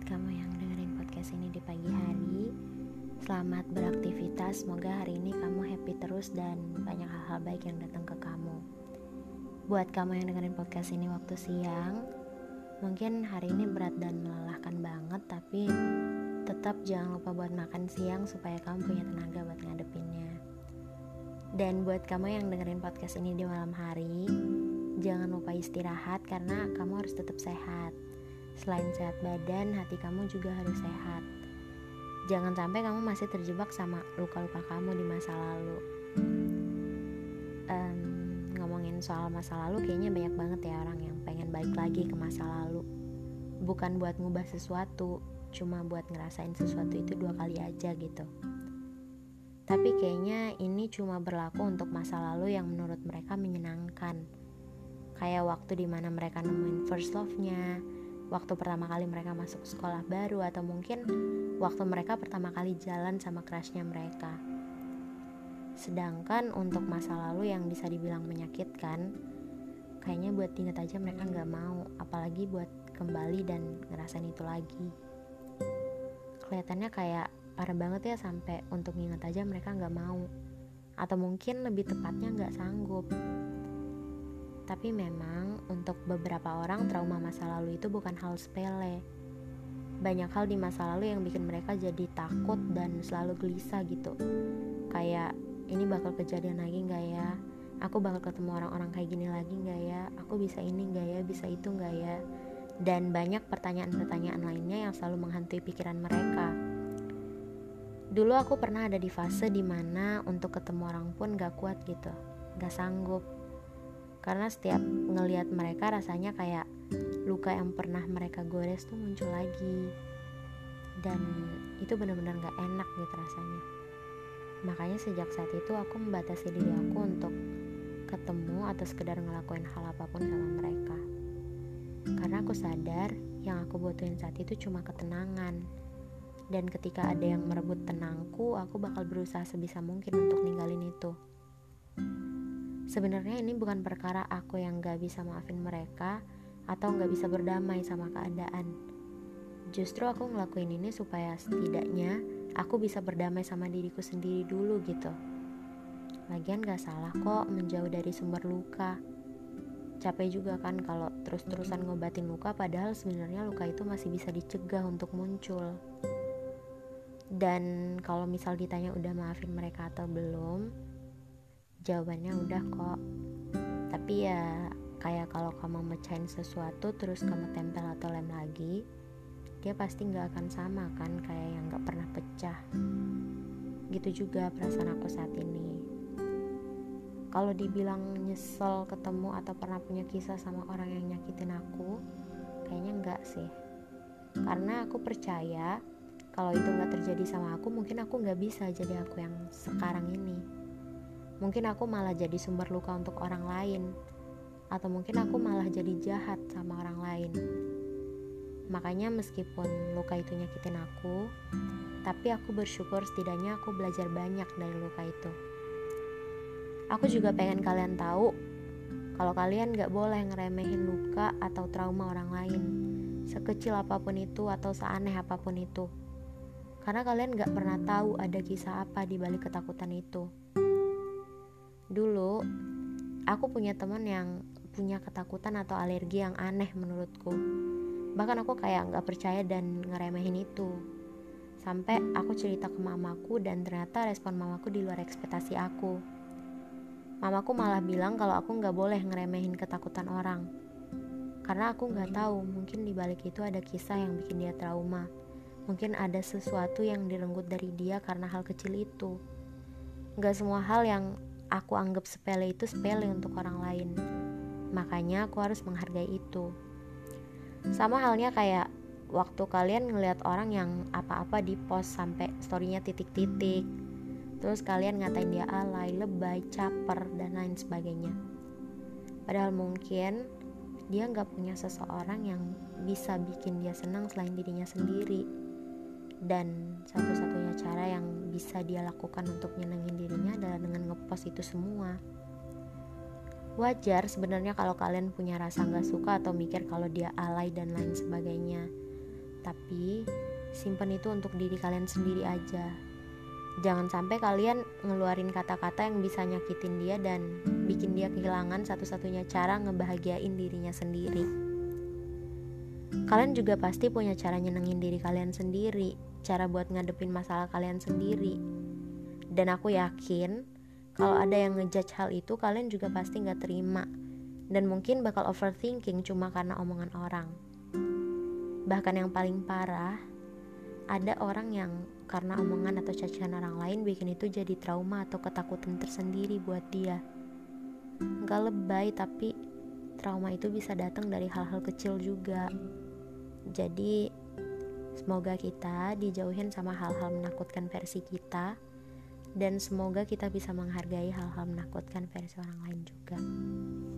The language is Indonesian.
buat kamu yang dengerin podcast ini di pagi hari. Selamat beraktivitas, semoga hari ini kamu happy terus dan banyak hal-hal baik yang datang ke kamu. Buat kamu yang dengerin podcast ini waktu siang, mungkin hari ini berat dan melelahkan banget, tapi tetap jangan lupa buat makan siang supaya kamu punya tenaga buat ngadepinnya. Dan buat kamu yang dengerin podcast ini di malam hari, jangan lupa istirahat karena kamu harus tetap sehat. Selain sehat badan, hati kamu juga harus sehat. Jangan sampai kamu masih terjebak sama luka-luka kamu di masa lalu. Ngomongin soal masa lalu, kayaknya banyak banget ya orang yang pengen balik lagi ke masa lalu. Bukan buat ngubah sesuatu, cuma buat ngerasain sesuatu itu 2 kali aja gitu. Tapi kayaknya ini cuma berlaku untuk masa lalu yang menurut mereka menyenangkan. Kayak waktu dimana mereka nemuin first love-nya, waktu pertama kali mereka masuk sekolah baru, atau mungkin waktu mereka pertama kali jalan sama crush-nya mereka. Sedangkan untuk masa lalu yang bisa dibilang menyakitkan, kayaknya buat inget aja mereka gak mau, apalagi buat kembali dan ngerasain itu lagi. Kelihatannya kayak parah banget ya, sampai untuk inget aja mereka gak mau, atau mungkin lebih tepatnya gak sanggup. Tapi memang untuk beberapa orang trauma masa lalu itu bukan hal sepele. Banyak hal di masa lalu yang bikin mereka jadi takut dan selalu gelisah gitu. Kayak, ini bakal kejadian lagi gak ya? Aku bakal ketemu orang-orang kayak gini lagi gak ya? Aku bisa ini gak ya? Bisa itu gak ya? Dan banyak pertanyaan-pertanyaan lainnya yang selalu menghantui pikiran mereka. Dulu aku pernah ada di fase dimana untuk ketemu orang pun gak kuat gitu, gak sanggup. Karena setiap ngelihat mereka rasanya kayak luka yang pernah mereka gores tuh muncul lagi. Dan itu benar-benar gak enak gitu rasanya. Makanya sejak saat itu aku membatasi diri aku untuk ketemu atau sekedar ngelakuin hal apapun sama mereka. Karena aku sadar yang aku butuhin saat itu cuma ketenangan. Dan ketika ada yang merebut tenangku, aku bakal berusaha sebisa mungkin untuk ninggalin itu. Sebenarnya ini bukan perkara aku yang gak bisa maafin mereka atau gak bisa berdamai sama keadaan. Justru aku ngelakuin ini supaya setidaknya aku bisa berdamai sama diriku sendiri dulu gitu. Lagian gak salah kok menjauh dari sumber luka. Capek juga kan kalau terus-terusan ngobatin luka, padahal sebenarnya luka itu masih bisa dicegah untuk muncul. Dan kalau misal ditanya udah maafin mereka atau belum, jawabannya udah kok. Tapi ya kayak kalau kamu mecahin sesuatu terus kamu tempel atau lem lagi, dia pasti gak akan sama kan kayak yang gak pernah pecah. Gitu juga perasaan aku saat ini. Kalau dibilang nyesel ketemu atau pernah punya kisah sama orang yang nyakitin aku, kayaknya enggak sih. Karena aku percaya kalau itu gak terjadi sama aku, mungkin aku gak bisa jadi aku yang sekarang ini. Mungkin aku malah jadi sumber luka untuk orang lain, atau mungkin aku malah jadi jahat sama orang lain. Makanya meskipun luka itu nyakitin aku, tapi aku bersyukur setidaknya aku belajar banyak dari luka itu. Aku juga pengen kalian tahu kalau kalian gak boleh ngeremehin luka atau trauma orang lain, sekecil apapun itu atau seaneh apapun itu. Karena kalian gak pernah tahu ada kisah apa di balik ketakutan itu. Dulu, aku punya teman yang punya ketakutan atau alergi yang aneh menurutku. Bahkan aku kayak gak percaya dan ngeremehin itu. Sampai aku cerita ke mamaku dan ternyata respon mamaku di luar ekspektasi aku. Mamaku malah bilang kalau aku gak boleh ngeremehin ketakutan orang. Karena aku gak tahu, mungkin di balik itu ada kisah yang bikin dia trauma. Mungkin ada sesuatu yang direnggut dari dia karena hal kecil itu. Gak semua hal yang aku anggap sepele itu sepele untuk orang lain. Makanya aku harus menghargai itu. Sama halnya kayak waktu kalian ngelihat orang yang apa-apa di post sampai storynya titik-titik, terus kalian ngatain dia alay, lebay, caper, dan lain sebagainya. Padahal mungkin dia gak punya seseorang yang bisa bikin dia senang selain dirinya sendiri. Dan satu-satunya cara yang bisa dia lakukan untuk nyenengin dirinya adalah dengan ngepost itu semua. Wajar sebenarnya kalau kalian punya rasa gak suka atau mikir kalau dia alay dan lain sebagainya. Tapi simpen itu untuk diri kalian sendiri aja. Jangan sampai kalian ngeluarin kata-kata yang bisa nyakitin dia dan bikin dia kehilangan satu-satunya cara ngebahagiain dirinya sendiri. Kalian juga pasti punya cara nyenengin diri kalian sendiri, cara buat ngadepin masalah kalian sendiri. Dan aku yakin kalau ada yang ngejudge hal itu, kalian juga pasti gak terima. Dan mungkin bakal overthinking cuma karena omongan orang. Bahkan yang paling parah, ada orang yang karena omongan atau cacian orang lain bikin itu jadi trauma atau ketakutan tersendiri buat dia. Gak lebay, tapi trauma itu bisa datang dari hal-hal kecil juga. Jadi semoga kita dijauhin sama hal-hal menakutkan versi kita, dan semoga kita bisa menghargai hal-hal menakutkan versi orang lain juga.